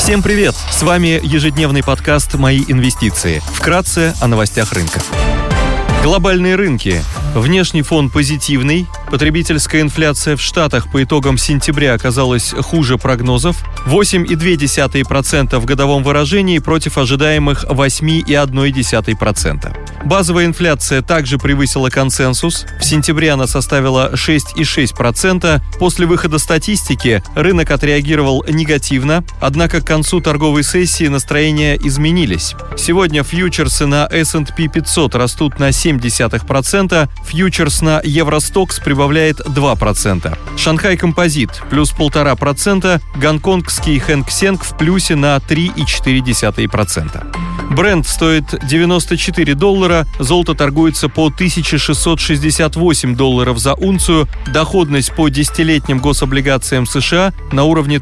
Всем привет! С вами ежедневный подкаст «Мои инвестиции». Вкратце о новостях рынка. Глобальные рынки. Внешний фон позитивный. Потребительская инфляция в Штатах по итогам сентября оказалась хуже прогнозов. 8,2% в годовом выражении против ожидаемых 8,1%. Базовая инфляция также превысила консенсус. В сентябре она составила 6,6%. После выхода статистики рынок отреагировал негативно, однако к концу торговой сессии настроения изменились. Сегодня фьючерсы на S&P 500 растут на 0,7%, фьючерс на Евростокс прибавляет 2%. Шанхай Композит плюс 1,5%, гонконгский Хэнк Сенг в плюсе на 3,4%. Брент стоит $94, золото торгуется по $1668 за унцию, доходность по десятилетним гособлигациям США на уровне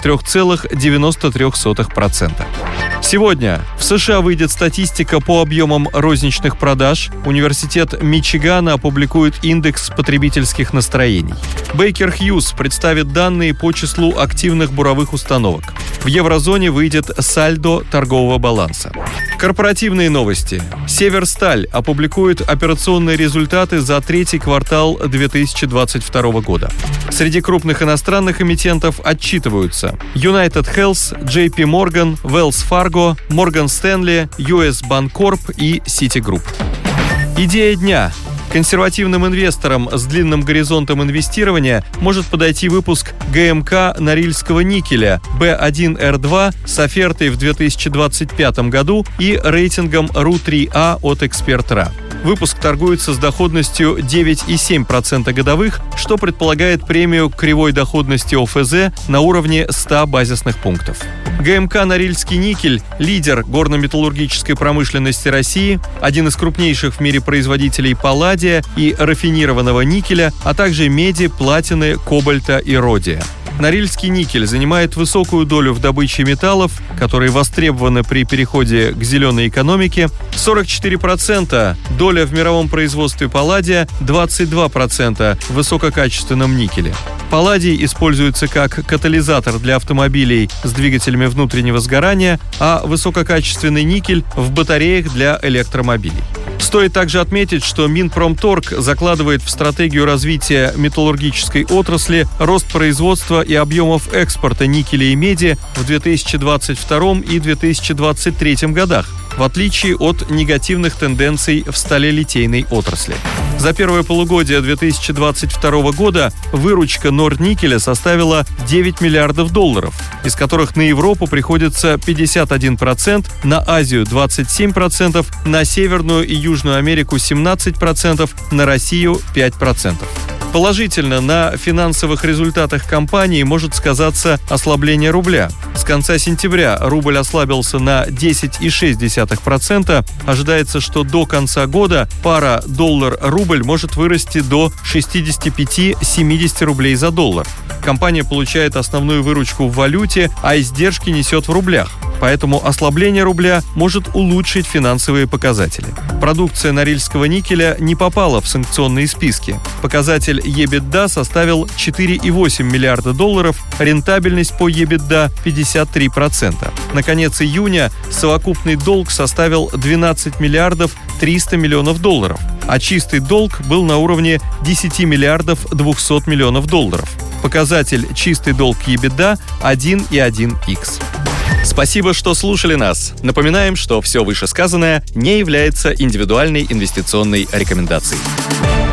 3,93%. Сегодня в США выйдет статистика по объемам розничных продаж. Университет Мичигана опубликует индекс потребительских настроений. Бейкер Хьюз представит данные по числу активных буровых установок. В еврозоне выйдет сальдо торгового баланса. Корпоративные новости. Северсталь опубликует операционные результаты за третий квартал 2022 года. Среди крупных иностранных эмитентов отчитываются United Health, JP Morgan, Wells Fargo, Morgan Stanley, US Bancorp и Citigroup. Идея дня. Консервативным инвесторам с длинным горизонтом инвестирования может подойти выпуск ГМК Норильского никеля B1R2 с офертой в 2025 году и рейтингом RU3A от Эксперт.РА. Выпуск торгуется с доходностью 9,7% годовых, что предполагает премию к кривой доходности ОФЗ на уровне 100 базисных пунктов. ГМК «Норильский никель» – лидер горно-металлургической промышленности России, один из крупнейших в мире производителей палладия и рафинированного никеля, а также меди, платины, кобальта и родия. Норильский никель занимает высокую долю в добыче металлов, которые востребованы при переходе к зеленой экономике, 44% доля в мировом производстве палладия, 22% в высококачественном никеле. Палладий используется как катализатор для автомобилей с двигателями внутреннего сгорания, а высококачественный никель в батареях для электромобилей. Стоит также отметить, что Минпромторг закладывает в стратегию развития металлургической отрасли рост производства и объемов экспорта никеля и меди в 2022 и 2023 годах, в отличие от негативных тенденций в сталелитейной отрасли. За первое полугодие 2022 года выручка Норникеля составила $9 миллиардов, из которых на Европу приходится 51%, на Азию 27%, на Северную и Южную Америку 17%, на Россию 5%. Положительно на финансовых результатах компании может сказаться ослабление рубля. С конца сентября рубль ослабился на 10,6%. Ожидается, что до конца года пара доллар-рубль может вырасти до 65-70 рублей за доллар. Компания получает основную выручку в валюте, а издержки несет в рублях. Поэтому ослабление рубля может улучшить финансовые показатели. Продукция Норильского никеля не попала в санкционные списки. Показатель EBITDA составил $4,8 миллиарда, рентабельность по EBITDA 53%. На конец июня совокупный долг составил $12 миллиардов 300 миллионов, а чистый долг был на уровне $10 миллиардов 200 миллионов. Показатель чистый долг EBITDA 1,1x. Спасибо, что слушали нас. Напоминаем, что все вышесказанное не является индивидуальной инвестиционной рекомендацией.